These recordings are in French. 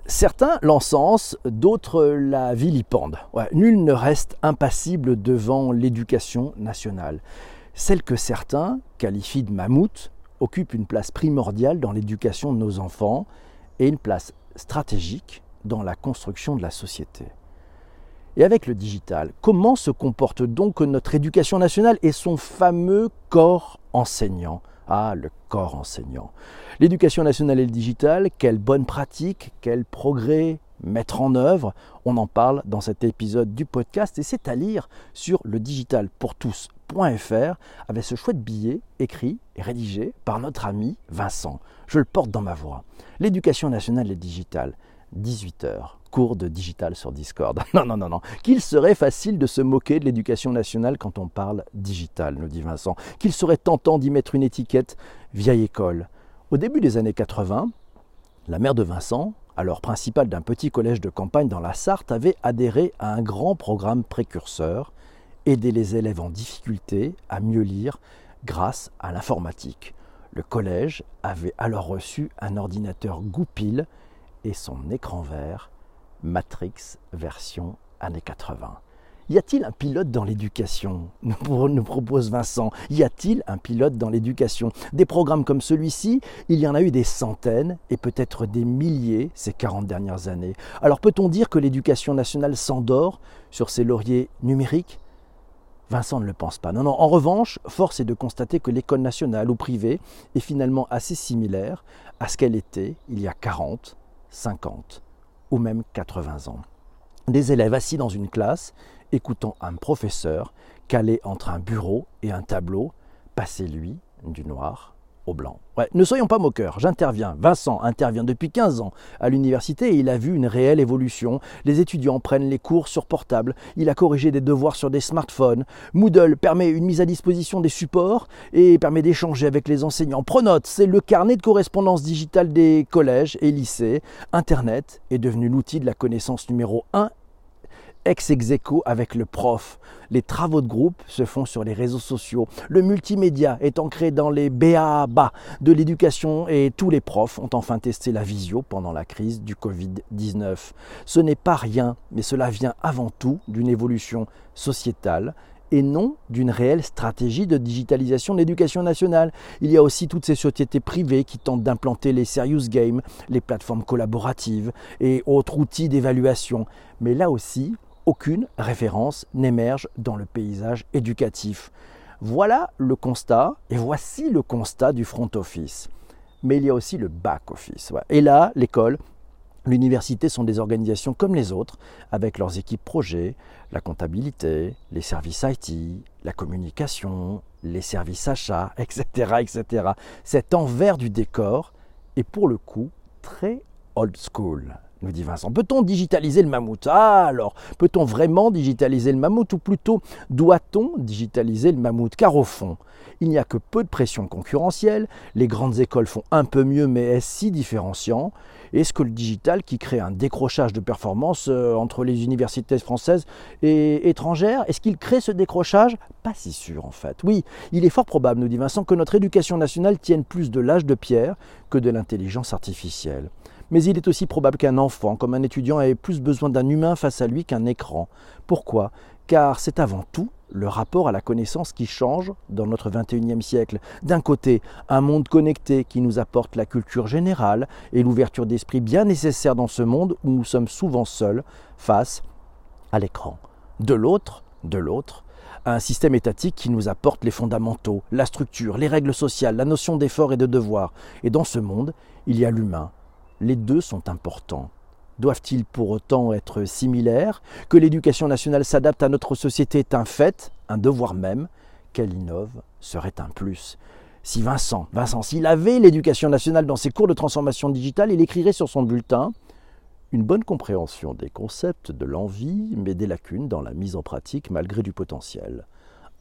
Certains l'encensent, d'autres la vilipendent. Nul ne reste impassible devant l'éducation nationale. Celle que certains qualifient de mammouth occupe une place primordiale dans l'éducation de nos enfants et une place stratégique dans la construction de la société. Et avec le digital, comment se comporte donc notre éducation nationale et son fameux corps enseignant ? Ah, le corps enseignant. L'éducation nationale et le digital, quelle bonne pratique, quel progrès mettre en œuvre. On en parle dans cet épisode du podcast et c'est à lire sur ledigitalpourtous.fr avec ce chouette billet écrit et rédigé par notre ami Vincent. Je le porte dans ma voix. L'éducation nationale et le digital, 18h. Cours de digital sur Discord. Non. Qu'il serait facile de se moquer de l'éducation nationale quand on parle digital, nous dit Vincent. Qu'il serait tentant d'y mettre une étiquette vieille école. Au début des années 80, la mère de Vincent, alors principale d'un petit collège de campagne dans la Sarthe, avait adhéré à un grand programme précurseur, aider les élèves en difficulté à mieux lire grâce à l'informatique. Le collège avait alors reçu un ordinateur Goupil et son écran vert Matrix version années 80. Y a-t-il un pilote dans l'éducation ? Nous propose Vincent. Y a-t-il un pilote dans l'éducation ? Des programmes comme celui-ci, il y en a eu des centaines et peut-être des milliers ces 40 dernières années. Alors peut-on dire que l'éducation nationale s'endort sur ses lauriers numériques ? Vincent ne le pense pas. Non. En revanche, force est de constater que l'école nationale ou privée est finalement assez similaire à ce qu'elle était il y a 40, 50 ou même 80 ans. Des élèves assis dans une classe, écoutant un professeur calé entre un bureau et un tableau, passer lui du noir au blanc. Ne soyons pas moqueurs, j'interviens. Vincent intervient depuis 15 ans à l'université et il a vu une réelle évolution. Les étudiants prennent les cours sur portable, il a corrigé des devoirs sur des smartphones. Moodle permet une mise à disposition des supports et permet d'échanger avec les enseignants. Pronote, c'est le carnet de correspondance digitale des collèges et lycées. Internet est devenu l'outil de la connaissance numéro 1 ex aequo avec le prof. Les travaux de groupe se font sur les réseaux sociaux. Le multimédia est ancré dans les b.a.-ba de l'éducation et tous les profs ont enfin testé la visio pendant la crise du Covid-19. Ce n'est pas rien, mais cela vient avant tout d'une évolution sociétale et non d'une réelle stratégie de digitalisation de l'éducation nationale. Il y a aussi toutes ces sociétés privées qui tentent d'implanter les serious games, les plateformes collaboratives et autres outils d'évaluation. Mais là aussi, aucune référence n'émerge dans le paysage éducatif. Voilà le constat, et voici le constat du front office. Mais il y a aussi le back office. Et là, l'école, l'université sont des organisations comme les autres, avec leurs équipes projets, la comptabilité, les services IT, la communication, les services achats, etc. Cet envers du décor est pour le coup très old school, nous dit Vincent. Peut-on digitaliser le mammouth ? Ah alors, peut-on vraiment digitaliser le mammouth ou plutôt doit-on digitaliser le mammouth ? Car au fond, il n'y a que peu de pression concurrentielle, les grandes écoles font un peu mieux mais est-ce si différenciant ? Est-ce que le digital qui crée un décrochage de performance entre les universités françaises et étrangères, est-ce qu'il crée ce décrochage ? Pas si sûr en fait. Oui, il est fort probable, nous dit Vincent, que notre éducation nationale tienne plus de l'âge de pierre que de l'intelligence artificielle. Mais il est aussi probable qu'un enfant, comme un étudiant, ait plus besoin d'un humain face à lui qu'un écran. Pourquoi ? Car c'est avant tout le rapport à la connaissance qui change dans notre 21e siècle. D'un côté, un monde connecté qui nous apporte la culture générale et l'ouverture d'esprit bien nécessaire dans ce monde où nous sommes souvent seuls face à l'écran. De l'autre, un système étatique qui nous apporte les fondamentaux, la structure, les règles sociales, la notion d'effort et de devoir. Et dans ce monde, il y a l'humain. Les deux sont importants. Doivent-ils pour autant être similaires ? Que l'éducation nationale s'adapte à notre société est un fait, un devoir même. Qu'elle innove serait un plus. Si Vincent, s'il avait l'éducation nationale dans ses cours de transformation digitale, il écrirait sur son bulletin « Une bonne compréhension des concepts de l'envie, mais des lacunes dans la mise en pratique malgré du potentiel.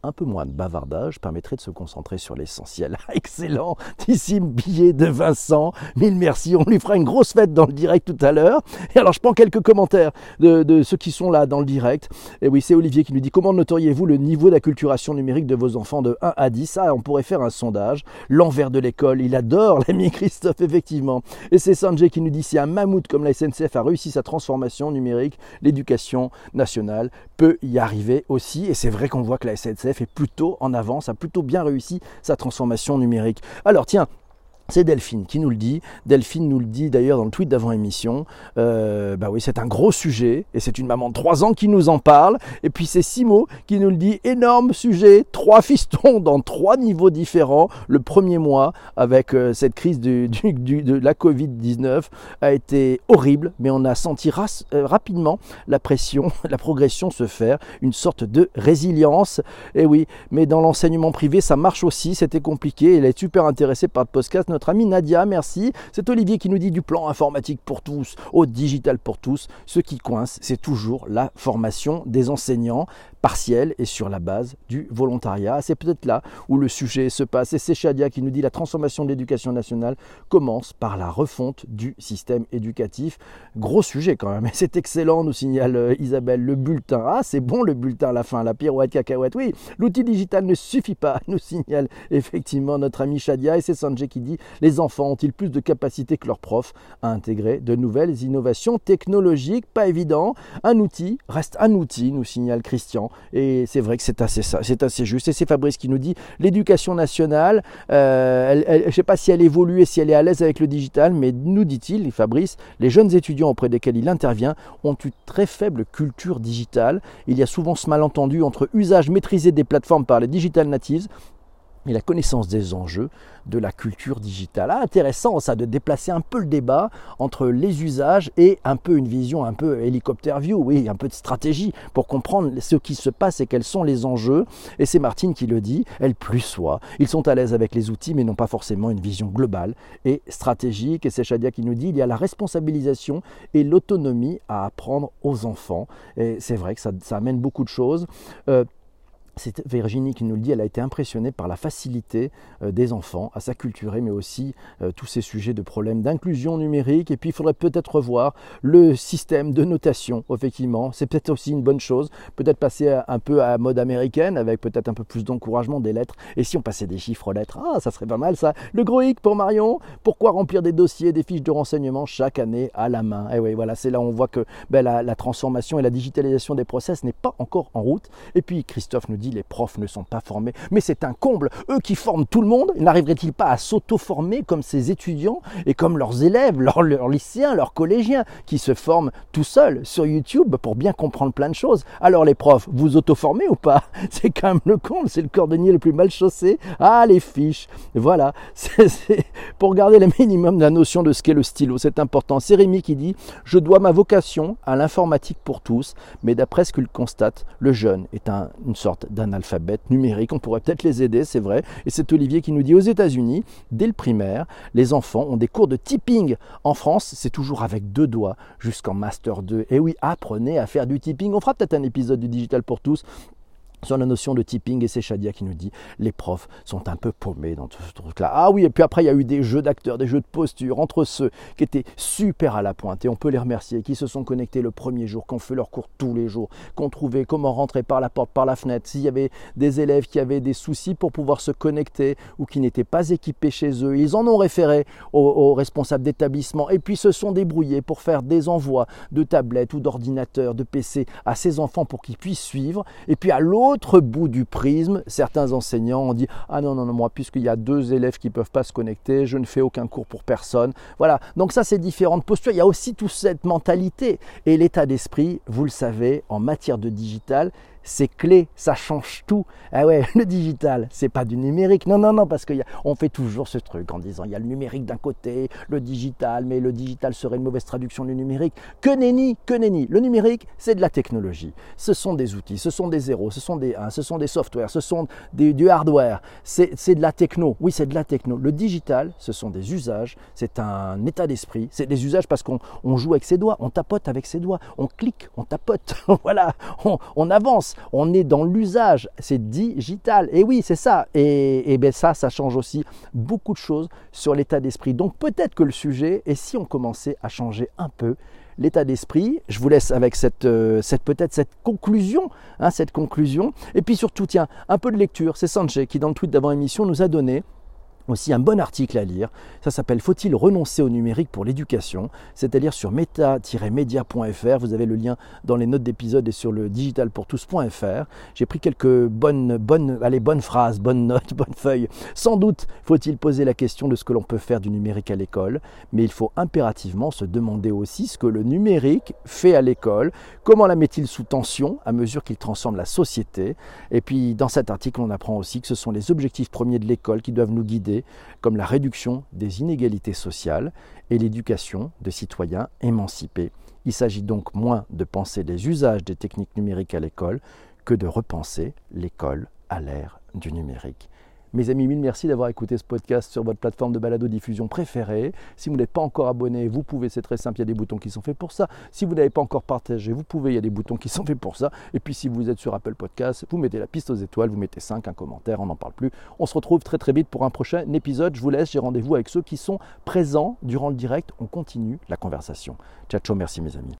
un peu moins de bavardage permettrait de se concentrer sur l'essentiel. Excellent, ici billet de Vincent, mille merci, on lui fera une grosse fête dans le direct tout à l'heure. Et alors je prends quelques commentaires de ceux qui sont là dans le direct. Et oui, c'est Olivier qui nous dit: comment noteriez-vous le niveau d'acculturation numérique de vos enfants de 1 à 10? Ah, on pourrait faire un sondage. L'envers de l'école, il adore l'ami Christophe, effectivement. Et c'est Sanjay qui nous dit: si un mammouth comme la SNCF a réussi sa transformation numérique, l'éducation nationale peut y arriver aussi. Et c'est vrai qu'on voit que la SNCF est plutôt en avance, a plutôt bien réussi sa transformation numérique. Alors tiens, c'est Delphine qui nous le dit. Delphine nous le dit d'ailleurs dans le tweet d'avant-émission. Bah oui, c'est un gros sujet et c'est une maman de 3 ans qui nous en parle. Et puis c'est Simo qui nous le dit: énorme sujet, 3 fistons dans 3 niveaux différents. Le premier mois avec cette crise de la Covid-19 a été horrible, mais on a senti rapidement la progression se faire, une sorte de résilience. Et oui, mais dans l'enseignement privé, ça marche aussi, c'était compliqué. Elle est super intéressée par le podcast. Notre amie Nadia, merci. C'est Olivier qui nous dit: du plan informatique pour tous au digital pour tous. Ce qui coince, c'est toujours la formation des enseignants partielle et sur la base du volontariat. C'est peut-être là où le sujet se passe. Et c'est Shadia qui nous dit: la transformation de l'éducation nationale commence par la refonte du système éducatif. Gros sujet quand même. Et c'est excellent, nous signale Isabelle. Le bulletin. Ah, c'est bon le bulletin à la fin, la pirouette cacahuète. Oui, l'outil digital ne suffit pas, nous signale effectivement notre ami Shadia. Et c'est Sanjay qui dit: les enfants ont-ils plus de capacité que leurs profs à intégrer de nouvelles innovations technologiques? Pas évident. Un outil reste un outil, nous signale Christian. Et c'est vrai que c'est assez juste. Et c'est Fabrice qui nous dit: l'éducation nationale, je ne sais pas si elle évolue et si elle est à l'aise avec le digital, mais nous dit-il, Fabrice, les jeunes étudiants auprès desquels il intervient ont une très faible culture digitale. Il y a souvent ce malentendu entre usage maîtrisé des plateformes par les digital natives et la connaissance des enjeux de la culture digitale. Ah, intéressant ça, de déplacer un peu le débat entre les usages et un peu une vision un peu hélicoptère view, oui, un peu de stratégie pour comprendre ce qui se passe et quels sont les enjeux. Et c'est Martine qui le dit, elle plus soi. Ils sont à l'aise avec les outils mais n'ont pas forcément une vision globale et stratégique. Et c'est Shadia qui nous dit: il y a la responsabilisation et l'autonomie à apprendre aux enfants. Et c'est vrai que ça amène beaucoup de choses. C'est Virginie qui nous le dit, elle a été impressionnée par la facilité des enfants à s'acculturer, mais aussi tous ces sujets de problèmes d'inclusion numérique. Et puis il faudrait peut-être revoir le système de notation, effectivement. C'est peut-être aussi une bonne chose, peut-être passer un peu à mode américaine, avec peut-être un peu plus d'encouragement des lettres. Et si on passait des chiffres aux lettres, ça serait pas mal ça. Le gros hic pour Marion: pourquoi remplir des dossiers, des fiches de renseignement chaque année à la main? Et oui, voilà, c'est là où on voit que la transformation et la digitalisation des process n'est pas encore en route. Et puis Christophe nous dit: les profs ne sont pas formés. Mais c'est un comble. Eux qui forment tout le monde, n'arriveraient-ils pas à s'auto-former comme ces étudiants et comme leurs élèves, leurs lycéens, leurs collégiens qui se forment tout seuls sur YouTube pour bien comprendre plein de choses? Alors les profs, vous auto-formez ou pas? C'est quand même le comble, c'est le cordonnier le plus mal chaussé. Ah, les fiches. Voilà. C'est pour garder le minimum de la notion de ce qu'est le stylo, c'est important. C'est Rémi qui dit: je dois ma vocation à l'informatique pour tous, mais d'après ce qu'il constate, le jeune est une sorte d'analphabète numérique. On pourrait peut-être les aider, c'est vrai. Et c'est Olivier qui nous dit: aux États-Unis, dès le primaire, les enfants ont des cours de typing. En France, c'est toujours avec 2 doigts jusqu'en master 2. Et oui, apprenez à faire du typing. On fera peut-être un épisode du Digital pour tous sur la notion de typing. Et c'est Shadia qui nous dit: les profs sont un peu paumés dans tout ce truc-là. Ah oui, et puis après, il y a eu des jeux d'acteurs, des jeux de posture entre ceux qui étaient super à la pointe, et on peut les remercier, qui se sont connectés le premier jour, qui ont fait leurs cours tous les jours, qui ont trouvé comment rentrer par la porte, par la fenêtre, s'il y avait des élèves qui avaient des soucis pour pouvoir se connecter ou qui n'étaient pas équipés chez eux. Ils en ont référé aux responsables d'établissement et puis se sont débrouillés pour faire des envois de tablettes ou d'ordinateurs, de PC à ces enfants pour qu'ils puissent suivre. Et puis à l'autre bout du prisme, certains enseignants ont dit: ah non, moi, puisqu'il y a 2 élèves qui ne peuvent pas se connecter, je ne fais aucun cours pour personne. Voilà, donc ça, c'est différentes postures. Il y a aussi toute cette mentalité et l'état d'esprit, vous le savez, en matière de digital, c'est clé, ça change tout. Ah ouais, le digital, c'est pas du numérique. Non, parce qu'on fait toujours ce truc en disant: il y a le numérique d'un côté, le digital, mais le digital serait une mauvaise traduction du numérique. Que nenni. Le numérique, c'est de la technologie. Ce sont des outils, ce sont des zéros, ce sont des 1, ce sont des softwares, ce sont du hardware. C'est de la techno. Oui, c'est de la techno. Le digital, ce sont des usages, c'est un état d'esprit. C'est des usages parce qu'on joue avec ses doigts, on tapote avec ses doigts, on clique, on tapote. Voilà, on avance. passe, on est dans l'usage, c'est digital. Et oui, c'est ça. Et bien ça change aussi beaucoup de choses sur l'état d'esprit. Donc peut-être que le sujet est si on commençait à changer un peu l'état d'esprit. Je vous laisse avec peut-être cette conclusion. Et puis surtout, tiens, un peu de lecture. C'est Sanjay qui, dans le tweet d'avant-émission, nous a donné aussi un bon article à lire. Ça s'appelle « Faut-il renoncer au numérique pour l'éducation ?» C'est-à-dire sur meta-media.fr. Vous avez le lien dans les notes d'épisode et sur le digitalpourtous.fr. J'ai pris quelques bonnes phrases, bonnes notes, bonnes feuilles. Sans doute faut-il poser la question de ce que l'on peut faire du numérique à l'école, mais il faut impérativement se demander aussi ce que le numérique fait à l'école, comment la met-il sous tension à mesure qu'il transforme la société. Et puis dans cet article, on apprend aussi que ce sont les objectifs premiers de l'école qui doivent nous guider, comme la réduction des inégalités sociales et l'éducation de citoyens émancipés. Il s'agit donc moins de penser les usages des techniques numériques à l'école que de repenser l'école à l'ère du numérique. Mes amis, mille merci d'avoir écouté ce podcast sur votre plateforme de balado-diffusion préférée. Si vous n'êtes pas encore abonné, vous pouvez, c'est très simple, il y a des boutons qui sont faits pour ça. Si vous n'avez pas encore partagé, vous pouvez, il y a des boutons qui sont faits pour ça. Et puis si vous êtes sur Apple Podcast, vous mettez la piste aux étoiles, vous mettez 5, un commentaire, on n'en parle plus. On se retrouve très très vite pour un prochain épisode. Je vous laisse, j'ai rendez-vous avec ceux qui sont présents durant le direct. On continue la conversation. Ciao, ciao, merci mes amis.